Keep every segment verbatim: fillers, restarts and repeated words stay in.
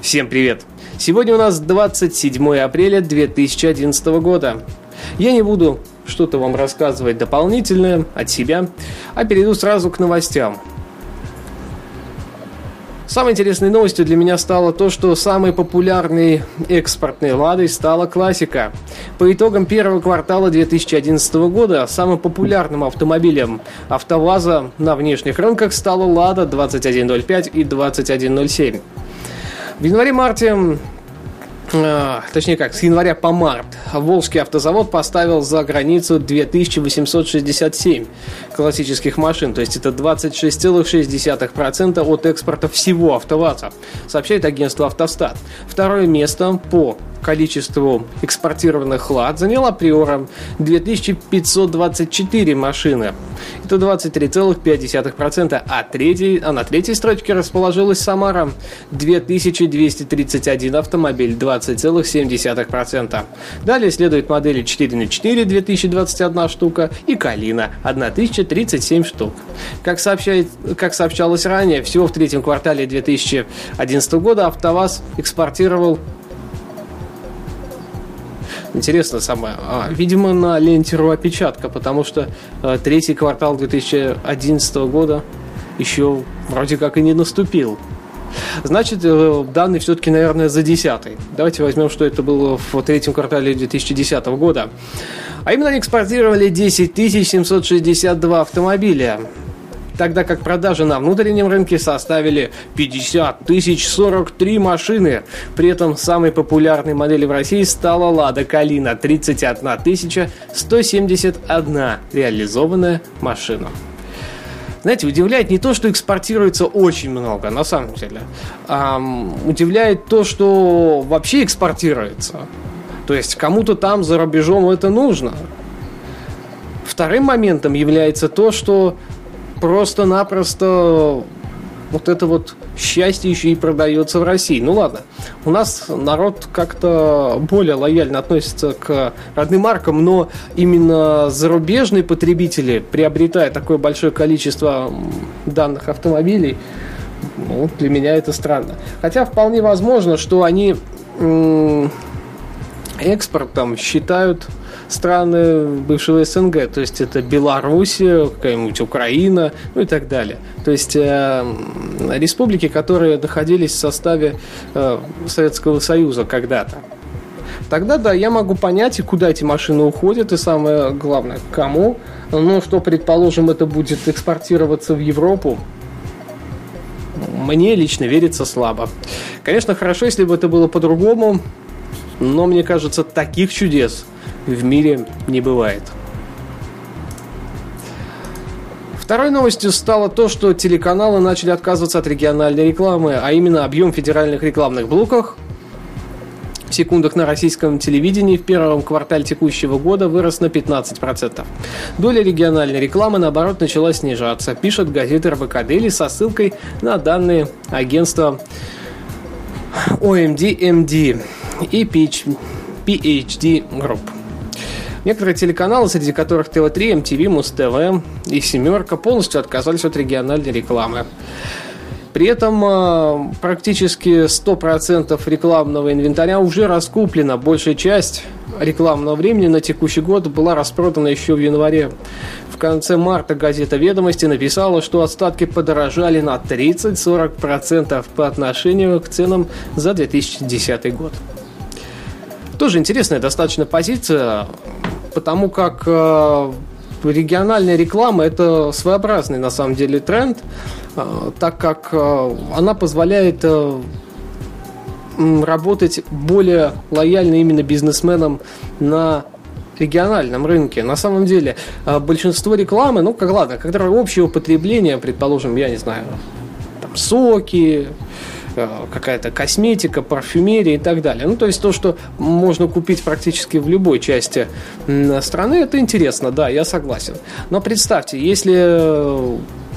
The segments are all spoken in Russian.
Всем привет! Сегодня у нас двадцать седьмое апреля две тысячи одиннадцатого года. Я не буду что-то вам рассказывать дополнительное от себя, а перейду сразу к новостям. Самой интересной новостью для меня стало то, что самой популярной экспортной «Ладой» стала классика. По итогам первого квартала две тысячи одиннадцатого года самым популярным автомобилем АвтоВАЗа на внешних рынках стала «Лада» двадцать один ноль пять и двадцать один ноль семь. В январе-марте, э, точнее как, с января по март Волжский автозавод поставил за границу две тысячи восемьсот шестьдесят семь классических машин, то есть это двадцать шесть целых шесть десятых процента от экспорта всего АвтоВАЗа, сообщает агентство «Автостат». Второе место по количеству экспортированных «Лад» заняла «Приора» две тысячи пятьсот двадцать четыре машины, это двадцать три целых пять десятых процента, а, третий, а на третьей строчке расположилась «Самара» две тысячи двести тридцать один автомобиль, двадцать целых семь десятых процента. Далее следует модели четыре на четыре две тысячи двадцать одна штука и «Калина» тысяча тридцать семь штук. Как, сообщает, как сообщалось ранее, всего в третьем квартале две тысячи одиннадцатого года АвтоВАЗ экспортировал, интересно самое, а, видимо, на ленте РУ-опечатка, потому что а, третий квартал две тысячи одиннадцатого года еще вроде как и не наступил. Значит, данные все-таки, наверное, за десятый. Давайте возьмем, что это было в третьем квартале две тысячи десятого года. А именно, они экспортировали десять тысяч семьсот шестьдесят два автомобиля, тогда как продажи на внутреннем рынке составили пятьдесят тысяч сорок три машины. При этом самой популярной моделью в России стала «Лада Калина» тридцать одна тысяча сто семьдесят одна реализованная машина. Знаете, удивляет не то, что экспортируется очень много, на самом деле. А, удивляет то, что вообще экспортируется. То есть кому-то там за рубежом это нужно. Вторым моментом является то, что просто-напросто вот это вот счастье еще и продается в России. Ну ладно, у нас народ как-то более лояльно относится к родным маркам, но именно зарубежные потребители, приобретая такое большое количество данных автомобилей, ну, для меня это странно. Хотя вполне возможно, что они м- экспортом считают страны бывшего СНГ, то есть это Белоруссия, какая-нибудь Украина, ну и так далее. То есть э, республики, которые находились в составе э, Советского Союза когда-то. Тогда, да, я могу понять, и куда эти машины уходят, и самое главное, к кому. Но что, предположим, это будет экспортироваться в Европу, мне лично верится слабо. Конечно, хорошо, если бы это было по-другому, но мне кажется, таких чудес в мире не бывает. Второй новостью стало то, что телеканалы начали отказываться от региональной рекламы, а именно объем федеральных рекламных блоков в секундах на российском телевидении в первом квартале текущего года вырос на пятнадцать процентов. Доля региональной рекламы, наоборот, начала снижаться, пишет газета РБК Дейли со ссылкой на данные агентства о эм ди эм ди и пи эйч ди Group. Некоторые телеканалы, среди которых тэ вэ три, эм ти ви, Муз-ТВ и «Семерка», полностью отказались от региональной рекламы. При этом практически сто процентов рекламного инвентаря уже раскуплено. Большая часть рекламного времени на текущий год была распродана еще в январе. В конце марта газета «Ведомости» написала, что остатки подорожали на тридцать-сорок процентов по отношению к ценам за две тысячи десятый год. Тоже интересная достаточно позиция, потому как э, региональная реклама – это своеобразный на самом деле тренд, э, так как э, она позволяет э, работать более лояльно именно бизнесменам на региональном рынке. На самом деле э, большинство рекламы, ну как ладно, когда общее употребление, предположим, я не знаю, там, соки, какая-то косметика, парфюмерия и так далее. Ну, то есть то, что можно купить практически в любой части страны, это интересно, да, я согласен. Но представьте, если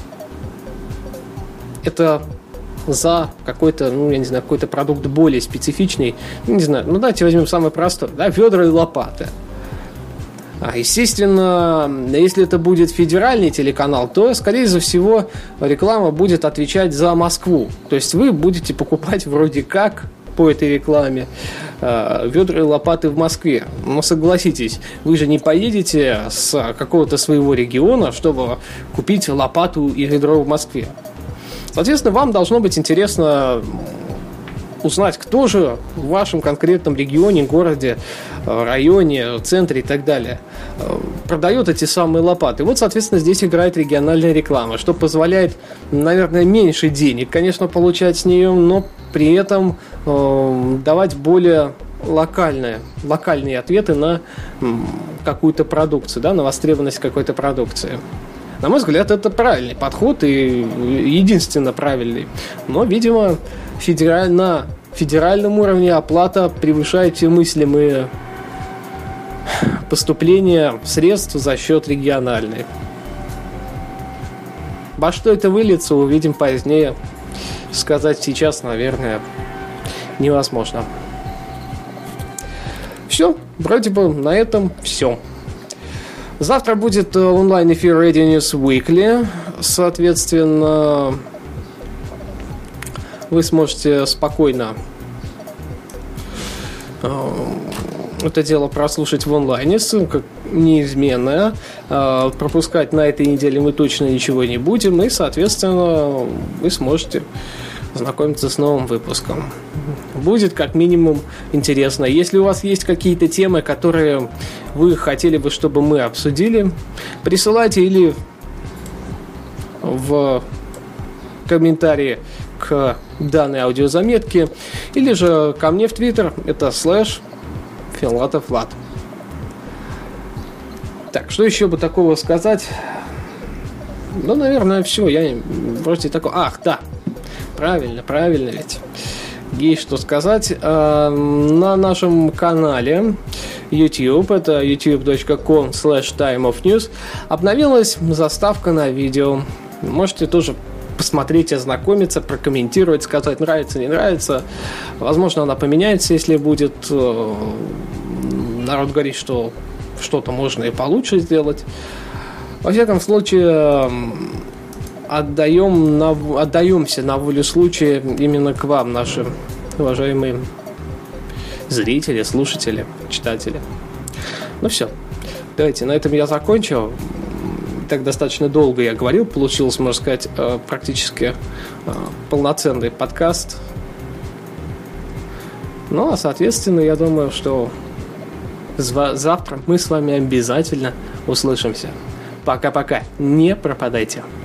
это за какой-то, ну, я не знаю, какой-то продукт более специфичный, не знаю, ну, давайте возьмем самый простой, да, ведра и лопаты. А, естественно, если это будет федеральный телеканал, то, скорее всего, реклама будет отвечать за Москву. То есть вы будете покупать вроде как по этой рекламе. Ведра и лопаты в Москве. Но согласитесь, вы же не поедете с какого-то своего региона, чтобы купить лопату и ведро в Москве. Соответственно, вам должно быть интересно узнать, кто же в вашем конкретном регионе, городе, районе, центре и так далее продает эти самые лопаты. Вот, соответственно, здесь играет региональная реклама, что позволяет, наверное, меньше денег, конечно, получать с нее, но при этом э, давать более локальные, локальные ответы на м, какую-то продукцию, да, на востребованность какой-то продукции. На мой взгляд, это правильный подход и единственно правильный. Но, видимо, федераль... на федеральном уровне оплата превышает все мыслимые поступления средств за счет региональной. Во что это выльется, увидим позднее. Сказать сейчас, наверное, невозможно. Все, вроде бы на этом все. Завтра будет онлайн-эфир Radio News Weekly. Соответственно, вы сможете спокойно это дело прослушать в онлайне, ссылка неизменная. Пропускать на этой неделе мы точно ничего не будем. И, соответственно, вы сможете знакомиться с новым выпуском. Будет как минимум интересно. Если у вас есть какие-то темы, которые вы хотели бы, чтобы мы обсудили, присылайте или в комментарии к данной аудиозаметке, или же ко мне в Твиттер, это слэш Филатов Влад. Так, что еще бы такого сказать? Ну, наверное, все. Я вроде такой... Ах, да. Правильно, правильно ведь. Есть что сказать. На нашем канале YouTube, это ютуб точка ком слэш тайм оф ньюс, обновилась заставка на видео. Можете тоже посмотреть, ознакомиться, прокомментировать, сказать, нравится, не нравится. Возможно, она поменяется, если будет народ говорить, что что-то можно и получше сделать. Во всяком случае, отдаем на, отдаемся на волю случая именно к вам, наши уважаемые зрители, слушатели, читатели. Ну все, давайте, на этом я закончил. Так достаточно долго я говорил, получился, можно сказать, практически полноценный подкаст. Ну, а, соответственно, я думаю, что завтра мы с вами обязательно услышимся. Пока-пока, не пропадайте.